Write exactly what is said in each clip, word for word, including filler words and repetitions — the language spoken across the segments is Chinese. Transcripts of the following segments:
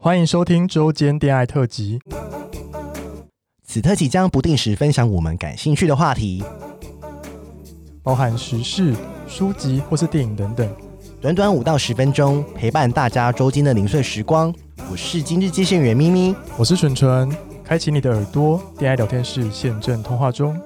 欢迎收听周间恋爱特辑。 此特辑将不定时分享我们感兴趣的话题， 包含时事、书籍或是电影等等， 短短五到十分钟，陪伴大家周间的零碎时光。我是今日接线员咪咪， 我是纯纯，开启你的耳朵，恋爱聊天室现正通话中。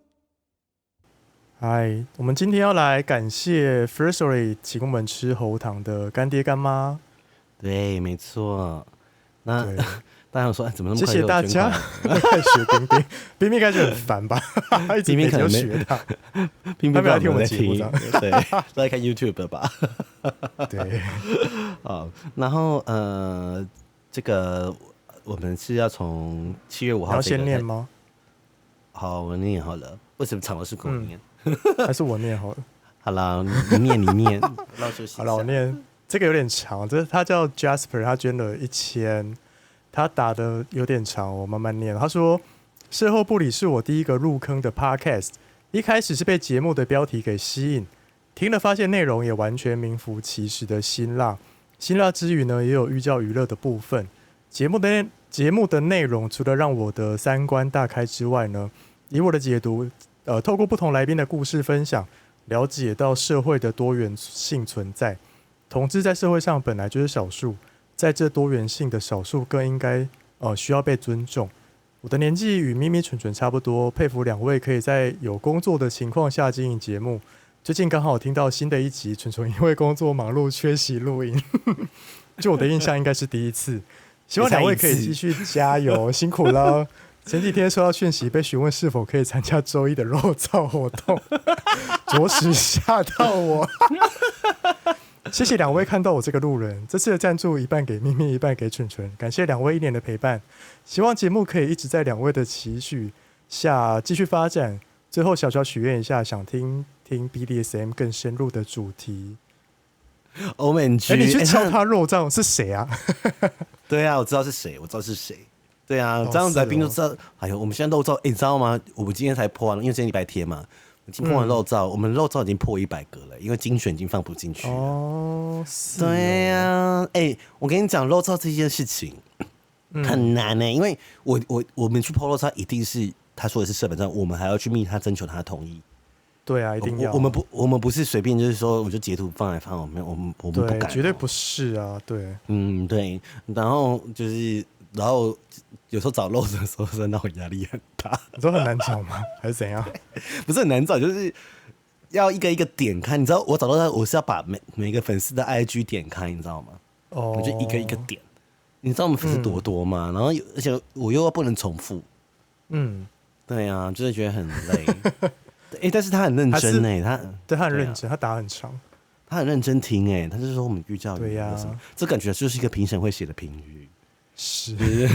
嗨，我们今天要来感谢 Firstory 提供我们吃喉糖的干爹干妈。 对，没错。那大家说怎么那么谢谢大家。开始冰冰，冰冰开始很烦吧？一直没有学他， 冰冰他没有听我们节目上， 对，都在看 YouTube 的吧？ 对。 好，然后呃，这个我们是要从七月五号、这个。 你要先念吗？ 好，我念好了。为什么场合是跟我念？ 嗯、还是我念好了？ 好啦，你念，你念。 好了，我念。这个有点长，这他叫 Jasper， 他捐了一千，他打的有点长，我慢慢念。他说：“事后部里是我第一个入坑的 podcast， 一开始是被节目的标题给吸引，听了发现内容也完全名副其实的辛辣，辛辣之余呢，也有寓教于乐的部分。节目的节目的内容除了让我的三观大开之外呢，以我的解读，呃，透过不同来宾的故事分享，了解到社会的多元性存在。”同志在社会上本来就是少数，在这多元性的少数更应该呃需要被尊重。我的年纪与咪咪蠢蠢差不多，佩服两位可以在有工作的情况下经营节目。最近刚好听到新的一集，蠢蠢因为工作忙碌缺席录音，就我的印象应该是第一次。希望两位可以继续加油，辛苦了。前几天收到讯息，被询问是否可以参加周一的肉燥活动，着实吓到我。谢谢两位看到我这个路人，这次的赞助一半给咪咪，一半给蠢蠢，感谢两位一年的陪伴，希望节目可以一直在两位的期许下继续发展。最后小小许愿一下，想听听 B D S M 更深入的主题。 O M G！ 哎、欸，你去敲他肉燥是谁啊？ 对啊，我知道是谁，我知道是谁。对啊，这样子来宾都知道。哦、哎呦，我们现在肉燥，哎、欸，你知道吗？我们今天才破完了，因为今天礼拜天嘛。已经破完肉燥、嗯，我们肉燥已经破一百个了，因为精选已经放不进去了。哦，是哦对呀、啊，哎、欸，我跟你讲，肉燥这件事情很难呢、欸嗯，因为我我我们去破肉燥，一定是他说的是社本上，我们还要去密他征求他的同意。 对啊，一定要。 我, 我们不，我们不是随便就是说，我就截图放来放，我们我们我们不敢， 绝对不是啊，对， 嗯对，然后就是。然后有时候找肉的时候，真的我压力很大。 你说很难找吗？还是怎样？ 不是很难找，就是要一个一个点开。你知道我找到他，我是要把每每一个粉丝的 I G 点开，你知道吗？哦，我就一个一个点。你知道我们粉丝多多吗？嗯、然后而且我又不能重复。嗯，对啊，就是觉得很累。哎、欸，但是他很认真哎、欸，他对他很认真，啊、他打很长， 他很认真听哎、欸，他就是说我们寓教于乐。对呀、啊，这感觉就是一个评审会写的评语。 是，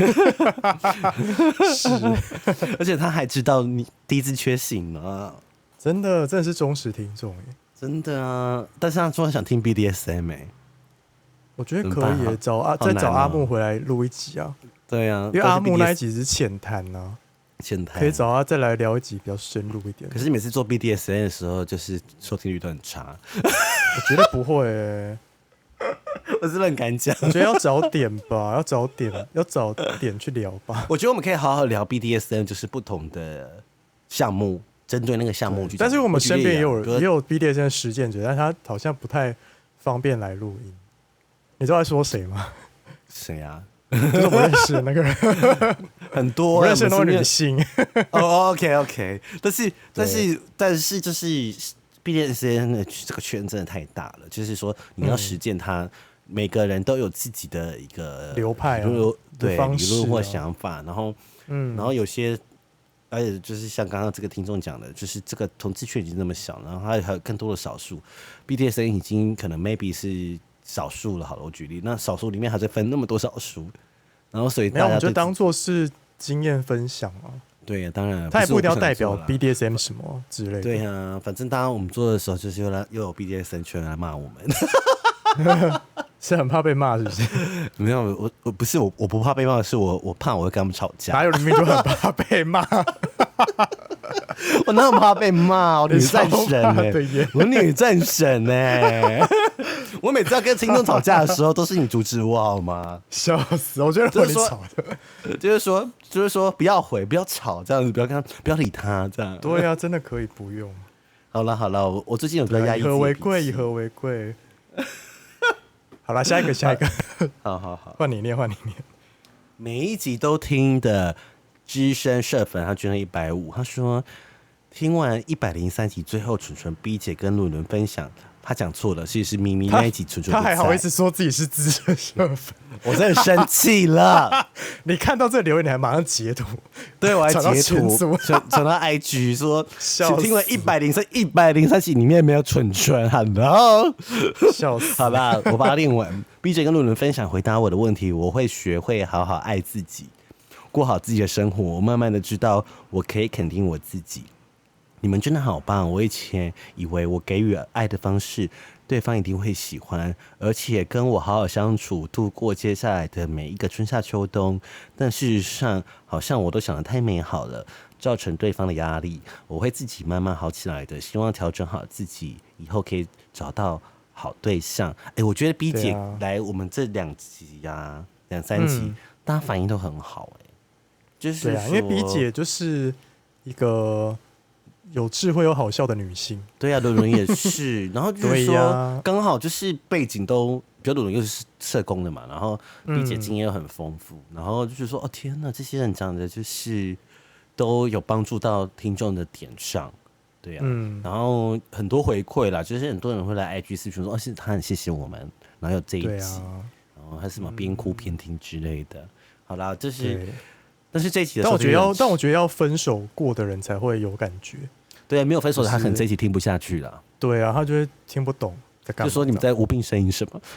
是，而且他还知道你第一次缺席呢， 真的，真的是忠实听众耶， 真的啊！但是他说他想听 B D S M 哎， 我觉得可以耶，找阿、啊、再找阿木回来录一集啊。 对啊， 因为阿木那一集是浅谈呐， 浅谈可以找他再来聊一集比较深入一点。 可是每次做 B D S M 的时候，就是收听率都很差。 我觉得不会耶。 我是不是很敢讲？ 我觉得要找点吧，要找点，要找点去聊吧。 我觉得我们可以好好聊 B D S M， 就是不同的项目，针对那个项目去讲。 但是我们身边也有也有 B D S M 实践者，但他好像不太方便来录音。你知道在说谁吗？ 谁啊？ 就是我认识的那个人， 很多、啊、 我认识的那个女性。 哦 ，OK OK， 但是但是但是就是。B D S M 的这个圈真的太大了，就是说你要实践它、嗯，每个人都有自己的一个流派、啊， 对方式、啊、理论或想法，然后，嗯，然后有些，而且就是像刚刚这个听众讲的，就是这个同志圈已经那么小，然后还有更多的少数 ，B D S M 已经可能 maybe 是少数了。好了，我举例，那少数里面还在分那么多少数，然后所以大家没有，我就当做是经验分享啊。 对呀、啊，当然， 他也不一定要代表 B D S M 什么之类的。 对呀、啊，反正当我们做的时候，就是又来又有 B D S M 圈来骂我们， 是很怕被骂，是不是？ 没有，我我不是我我不怕被骂，是我我怕我会跟他们吵架。 哪有明明就很怕被骂？ 我哪有怕被骂？我女战神哎、欸，我女战神哎、欸， 我每次要跟听众吵架的时候，都是你阻止我好吗？ 笑死！我觉得就是说你吵的， 就是说，就是说，不要回，不要吵，这样子，不要跟他，不要理他，这样。 对啊，真的可以不用。 好了好了，我我最近有比较对啊以压抑自己的和为贵， 脾气以和为贵。好了，下一个，下一个， 好好好， 换你念，换你念。 每一集都听的资深社粉，他捐了一百五，他说听完一百零三集，最后纯纯 B 姐跟伦伦分享。他讲错了，其实是咪咪那一集纯纯他不在。 还好意思说自己是资深社粉， 我真的生气了。 你看到这留言，你还马上截图， 对，我还传到截图群组传传到 I G 说， 笑死听完一百零三一百零三集里面没有蠢蠢，Hello， 笑死。 好吧，我把它练完。B J 跟露伦分享回答我的问题，我会学会好好爱自己，过好自己的生活。我慢慢的知道，我可以肯定我自己。你们真的好棒！我以前以为我给予爱的方式，对方一定会喜欢，而且跟我好好相处，度过接下来的每一个春夏秋冬。但事实上，好像我都想得太美好了，造成对方的压力。我会自己慢慢好起来的，希望调整好自己，以后可以找到好对象。哎、欸，我觉得 B 姐啊来我们这两集呀、啊，两三集、嗯，大家反应都很好、欸，哎，就是对啊，因为 B 姐就是一个有智慧又好笑的女性。 对啊，伦伦也是，然后就是说刚好就是背景都，比如伦伦又是社工的嘛，然后 B 姐经验又很丰富、嗯，然后就是说哦天哪，这些人讲的就是都有帮助到听众的点上。对啊、嗯，然后很多回馈啦，就是很多人会来 I G 私讯说，哦，是他很谢谢我们，然后有这一集，啊、然后还什么边哭边听之类的。嗯、好啦，就是，但是这一集的时候， 但我觉得要，但我觉得要分手过的人才会有感觉。 对、啊，没有分手的他可能这一集听不下去了。 对啊，他就会听不懂在干嘛， 就说你们在无病呻吟什么？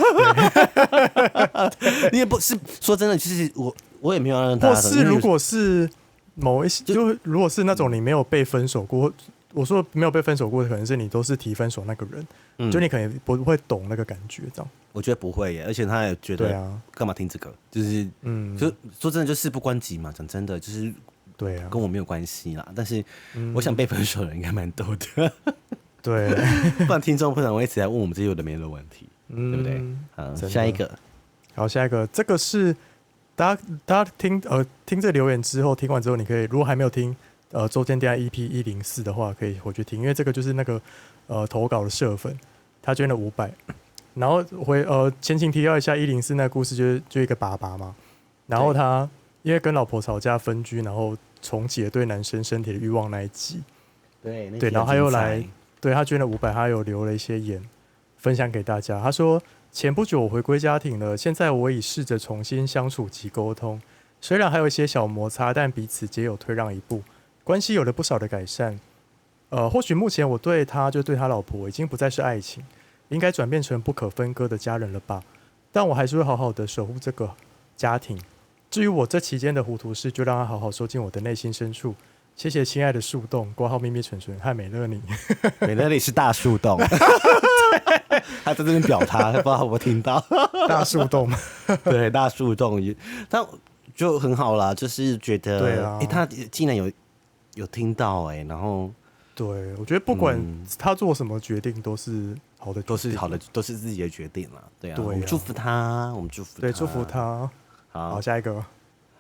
你也不是说真的，其实我我也没有让大家。 或是如果是某一些，就如果是那种你没有被分手过。我说没有被分手过的，可能是你都是提分手那个人，嗯、就你可能不会懂那个感觉，这样。 我觉得不会耶，而且他也觉得，干嘛听这个？就是，嗯，就说真的，就事不关己嘛。讲真的，就是对啊，跟我没有关系啦。但是，我想被分手的人应该蛮多的。 对， 不然听众不然会一直来问我们这些有的没的问题，嗯、对不对？好，下一个， 好，下一个，这个是大家大家听呃听这留言之后，听完之后，你可以如果还没有听。呃，周间电台 E P 一零四的话，可以回去听，因为这个就是那个呃投稿的社粉，他捐了五百，然后回呃前情提要一下，一零四那个故事就是就一个爸爸嘛，然后他因为跟老婆吵架分居，然后重启对男生身体的欲望那一集， 对对，然后他又来，对他捐了五百，他有留了一些言分享给大家，他说前不久我回归家庭了，现在我已试着重新相处及沟通，虽然还有一些小摩擦，但彼此皆有退让一步。关系有了不少的改善，呃，或许目前我对他就对他老婆已经不再是爱情，应该转变成不可分割的家人了吧？但我还是会好好的守护这个家庭。至于我这期间的糊涂事，就让他好好收进我的内心深处。谢谢亲爱的树洞，挂号咪咪蠢蠢和美乐你。 美乐你是大树洞，他在这边表他，不知道有没有听到？ 大树洞， 对，大树洞，但就很好啦，就是觉得， 对啊， 欸、他竟然有。有听到哎、欸，然后对我觉得不管他做什么决定都是好的， 都是好的，都是自己的决定啦。对啊，对啊，我们祝福他，我们祝福他， 对，祝福他。好，好下一个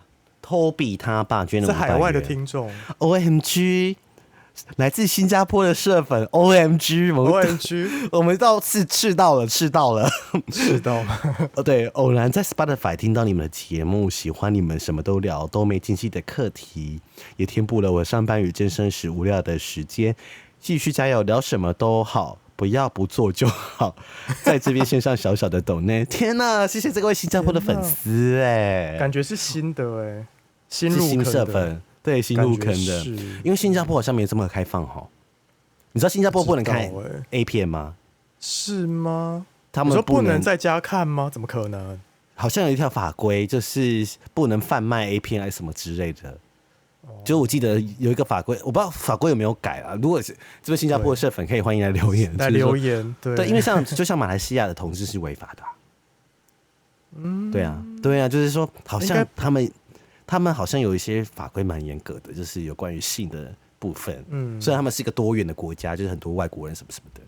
，Toby 他爸捐了五百元， 是海外的听众 ，O M G。来自新加坡的社粉 O M G，O M G， 我们到是吃到了，吃到了， 吃到了。 哦，对，偶然在 Spotify 听到你们的节目，喜欢你们什么都聊，都没惊喜的课题，也填补了我上班与健身时无聊的时间。继续加油，聊什么都好，不要不做就好。在这边献上小小的抖内，天哪，谢谢这位新加坡的粉丝哎， 感觉是新的哎，新入坑的新社粉。对，新入坑的，因为新加坡好像没这么开放哈。你知道新加坡不能看 A 片吗？ 是吗？ 他们说不能在家看吗？怎么可能？ 好像有一条法规，就是不能贩卖 A 片还是什么之类的。就我记得有一个法规，我不知道法规有没有改啊。如果是这位新加坡的社粉，可以欢迎来留言， 来留言。对， 对，因为像就像马来西亚的同志是违法的、啊。嗯，对啊，对啊，就是说好像他们。他们好像有一些法规蛮严格的，就是有关于性的部分。嗯，虽然他们是一个多元的国家，就是很多外国人什么什么的。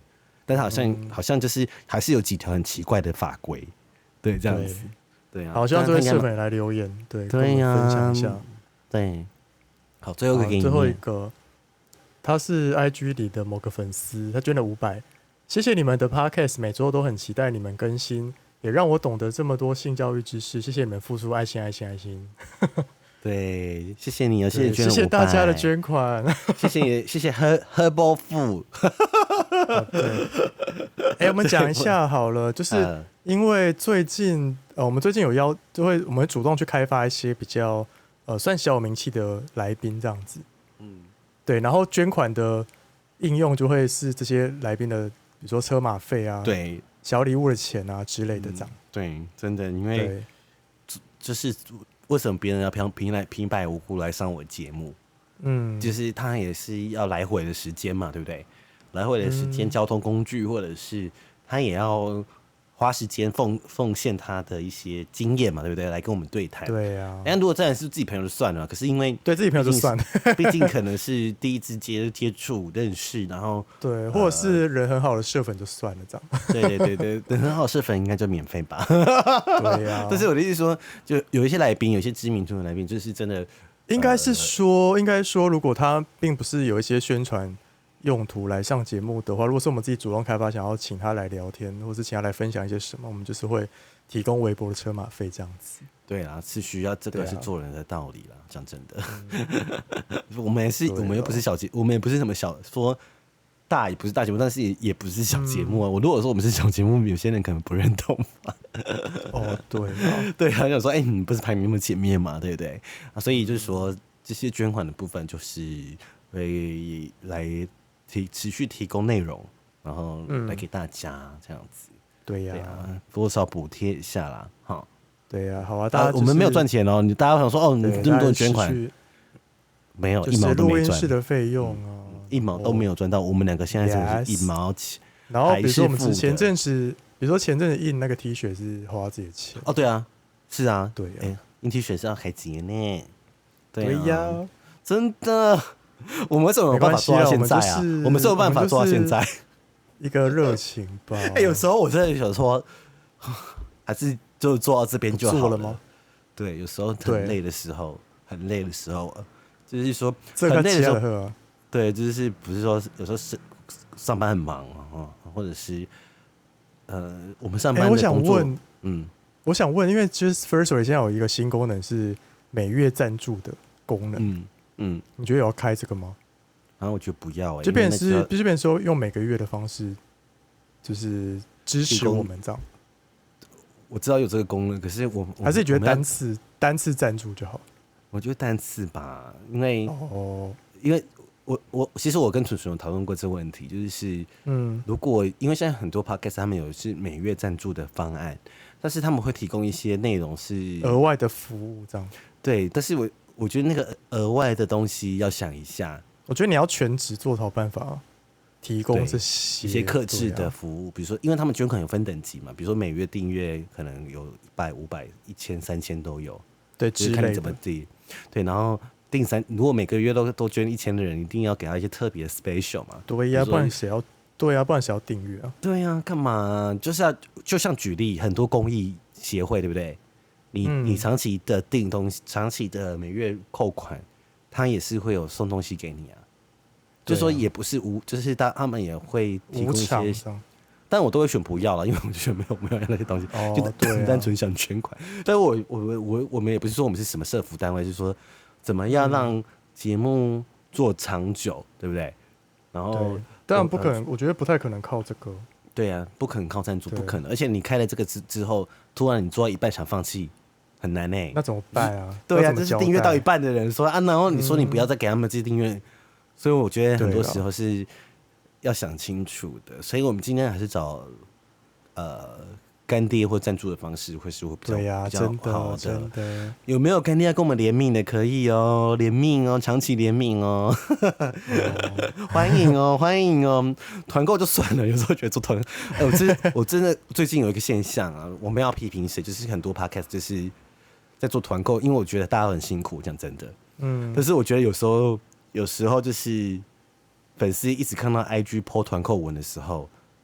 但是好像、 嗯、 好像就是还是有几条很奇怪的法规，对，这样子，对啊。 好，希望这位社粉来留言，对， 对呀、 跟我们分享一下。 对，好，最后一个给你， 最后一个，他是 I G 里的某个粉丝，他捐了五百，谢谢你们的 Podcast， 每周都很期待你们更新，也让我懂得这么多性教育知识，谢谢你们付出爱心爱心爱心。 对，谢谢你啊，谢谢捐了谢谢大家的捐款， 谢谢谢谢 Herbal Food。 对，哎、欸，我们讲一下好了，就是因为最近呃，我们最近有邀，就会我们会主动去开发一些比较呃算小有名气的来宾这样子，嗯，对，然后捐款的应用就会是这些来宾的，比如说车马费啊， 对， 小礼物的钱啊之类的这样、嗯， 对，真的，因为就是为什么别人要平平来平白无故来上我节目，嗯，就是他也是要来回的时间嘛，对不对？来回的时间、嗯、交通工具，或者是他也要花时间奉奉献他的一些经验嘛，对不对？来跟我们对谈。 对啊。 但如果真的是自己朋友就算了，可是因为对自己朋友就算了， 毕竟可能是第一次接接触认识，然后对，或者是人很好的社粉就算了这样。 对对对对，人很好的社粉应该就免费吧？ 对呀、啊。 但是我的意思说，就有一些来宾，有一些知名度的来宾，就是真的， 应该是说，呃、应该说，如果他并不是有一些宣传用途来上节目的话，如果是我们自己主动开发，想要请他来聊天，或是请他来分享一些什么，我们就是会提供微薄的车马费这样子。 对啦，是需要，这个是做人的道理啦。讲、啊、真的，嗯、我们也是，我们又不是小节，我们也不是什么小说大，也不是大节目，但是也也不是小节目啊。嗯、我如果说我们是小节目，有些人可能不认同吧。 哦，对啊， 对啊，想说，哎、欸，你不是排名那么前面嘛，对不对？啊，所以就是说，这些捐款的部分就是会来提持续提供内容，然后来给大家这样子。 对呀、啊啊，多少补贴一下啦，哈。 对呀、啊，好啊，大家、就是啊、我们没有赚钱哦，你大家想说哦，你这么多人捐款，没有、 就是、 一毛都没赚， 录音室的费用啊、 嗯，一毛都没有赚到。我们两个现在只是一毛钱， yes, 然后比如说我们前阵子，比如说前阵子印那个 T 恤是花自己的钱， 哦，对啊，是啊， 对啊， 欸、印 T 恤是要开钱呢， 对呀、 啊，真的，我们怎么有办法做到现在啊？我们, 我们是有办法做到现在， 一个热情吧。 哎、欸，有时候我真的想说，还是就做到这边就好 了, 做了吗？ 对，有时候很累的时候，很累的时候，就是说很累的时候，对，就是不是说有时候是上班很忙啊，或者是呃，我们上班的工作， 欸、我想问，嗯，我想问，因为其实 Firstory 现在有一个新功能是每月赞助的功能，嗯嗯，你觉得有要开这个吗？ 然后我觉得不要、欸， 就变成是，就变成说用每个月的方式，就是支持我们这样。 我知道有这个功能，可是我还是你觉得单次单次赞助就好？ 我觉得单次吧，因为哦，因为我我其实我跟纯纯有讨论过这个问题，就是嗯，如果因为现在很多 podcast 他们有是每月赞助的方案，但是他们会提供一些内容是额外的服务，这样对。但是我我觉得那个额外的东西要想一下， 我觉得你要全职做才有办法提供这些一些客制的服务，啊、比如说，因为他们捐款有分等级嘛，比如说每月订阅可能有一百、五百、一千、三千都有， 对， 就是看你怎么订。对，然后订三，如果每个月都都捐一千的人，一定要给他一些特别的 special 嘛。 对呀、啊，不然谁要？对呀、啊，不然谁要订阅啊？ 对呀、啊，干嘛、啊？就是要就像举例，很多公益协会，对不对？你、嗯、你长期的订东西，长期的每月扣款，他也是会有送东西给你啊。就说也不是无，就是他他们也会提供一些，但我都会选不要了，因为我觉得没有没有要那些东西，哦、就单、啊、单纯想捐款。但我我我我们也不是说我们是什么社福单位，是说怎么样让节目做长久，对不对？然后当然不可能，我觉得不太可能靠这个。 对啊，不可能靠赞助，不可能。而且你开了这个之之后，突然你做到一半想放弃，很难呢、欸。 那怎么办啊？ 对啊，就是订阅到一半的人说啊，然后你说你不要再给他们这些订阅。嗯，所以我觉得很多时候是要想清楚的，所以我们今天还是找呃干爹或赞助的方式，会是会比较、 啊、 比较好的。 真的有没有干爹要跟我们联名的？可以哦，联名哦，长期联名哦，哦欢迎哦，欢迎哦。团购就算了，有时候觉得做团，哎、欸，我真我真的最近有一个现象啊，我们要批评谁？就是很多 podcast 就是在做团购，因为我觉得大家都很辛苦，讲真的，嗯，但是我觉得有时候。有时候有时候就是粉丝一直看到 I G po 团购文的时候，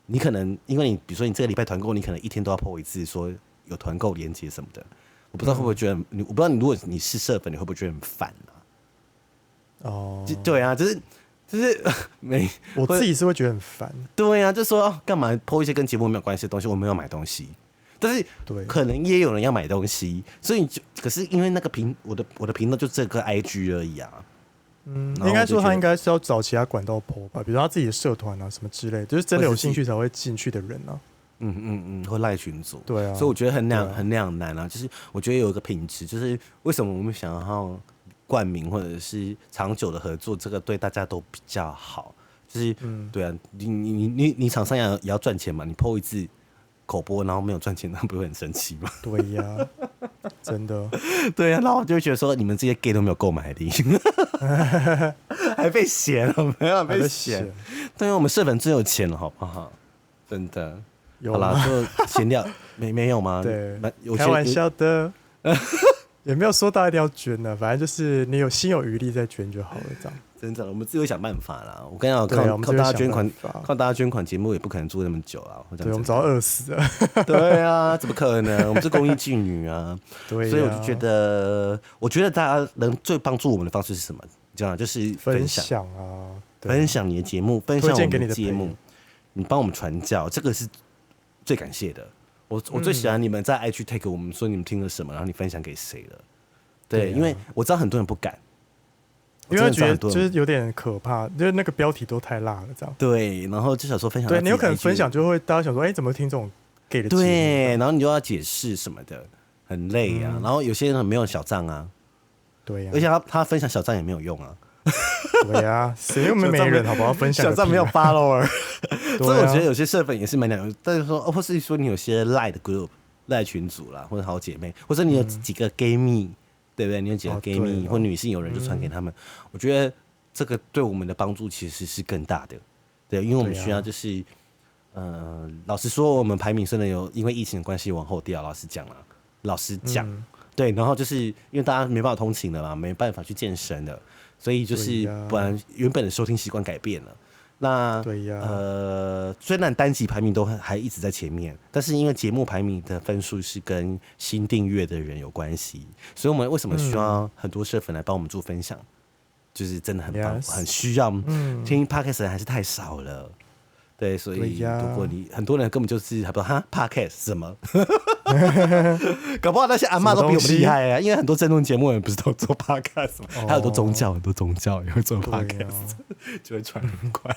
你可能因为你比如说你这个礼拜团购，你可能一天都要 po 一次，说有团购链接什么的。我不知道会不会觉得，嗯、我不知道你如果你是社粉，你会不会觉得很烦啊？ 哦， 对啊，就是就是没， 我自己是会觉得很烦。 对啊，就说哦干嘛 po 一些跟节目没有关系的东西，我没有买东西。但是对， 可能也有人要买东西，所以就可是因为那个频我的我的频道就这个 I G 而已啊。 嗯，应该说他应该是要找其他管道 po 吧，比如他自己的社团啊什么之类，就是真的有兴趣才会进去的人啊。 嗯嗯嗯，或赖群组。 对啊， 所以我觉得很两、 啊、 很两难啊。就是我觉得有一个品质，就是为什么我们想要冠名或者是长久的合作，这个对大家都比较好。就是，嗯，对啊，你你你你你厂商也要也要赚钱嘛，你 po 一次口播，然后没有赚钱，那不会很生气吗？ 对呀、啊，真的。 对啊，然后我就会觉得说，你们这些 gay 都没有购买力，还被嫌了，没有被嫌。对啊，我们社粉最有钱了，好不好？真的。好啦，就闲聊，没没有吗？ 对，开玩笑的，也没有说到一定要捐的，反正就是你有心有余力再捐就好了，这样。 真的，我们自己会想办法啦。我跟你讲，靠靠大家捐款，靠大家捐款，节目也不可能做那么久啊。 对，我们早要饿死了。 对啊，怎么可能？我们是公益妓女啊。 对啊， 所以我就觉得，我觉得大家能最帮助我们的方式是什么？这样就是分享, 分享啊， 分享你的节目，分享我们的节目，你帮我们传教，这个是最感谢的。我我最喜欢你们在 I G tag 我们说你们听了什么，然后你分享给谁了。对，对啊，因为我知道很多人不敢。 因为觉得就是有点可怕，就是那个标题都太辣了，这样。 对，然后就想说分享， 对你有可能分享就会大家想说，哎、欸，怎么听这种 gay 的节目？ 对，然后你就要解释什么的，很累啊。嗯、然后有些人没有小账啊， 对呀、啊， 而且他他分享小账也没有用啊。 对呀、啊，谁又没没人好不好？分享小账没有 follower， 所以我觉得有些社粉也是蛮两，但是说，或是说你有些赖的 group 赖群组啦，或者好姐妹，或者你有几个 gay 蜜。对不对？你有几个 gay 蜜、哦、或女性友人就传给他们、嗯，我觉得这个对我们的帮助其实是更大的。对，因为我们需要就是，啊、呃，老实说，我们排名真的有因为疫情的关系往后掉。老实讲啦，老实讲、嗯，对，然后就是因为大家没办法通勤了嘛，没办法去健身了，所以就是不然原本的收听习惯改变了。那对呀， 呃，虽然单集排名都还一直在前面，但是因为节目排名的分数是跟新订阅的人有关系，所以我们为什么需要很多社粉来帮我们做分享？嗯、就是真的很棒， yes, 很需要。 嗯、 听 podcast 的人还是太少了，对，所以如果你很多人根本就是还不知道哈 podcast 什么，搞不好那些阿嬷都比我们厉害啊，因为很多政论节目人不是都做 podcast 吗？哦、还有很多宗教，很多宗教也会做 podcast，、啊、就会传很快。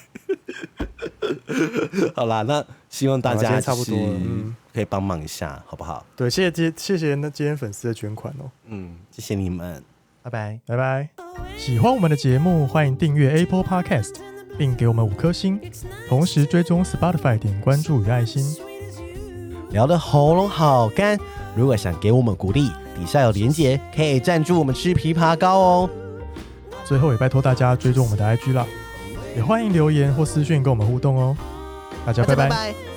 好啦，那希望大家差不多可以帮忙一下，好不好？ 对，谢谢谢谢那今天粉丝的捐款哦。 嗯，谢谢你们，拜拜拜拜。喜欢我们的节目，欢迎订阅 Apple Podcast， 并给我们五颗星，同时追踪 Spotify 点关注与爱心。 聊得喉咙好干，如果想给我们鼓励，底下有连结，可以赞助我们吃枇杷膏哦。 最后也拜托大家追踪我们的 I G 啦，也欢迎留言或私讯跟我们互动哦。大家拜拜。拜拜。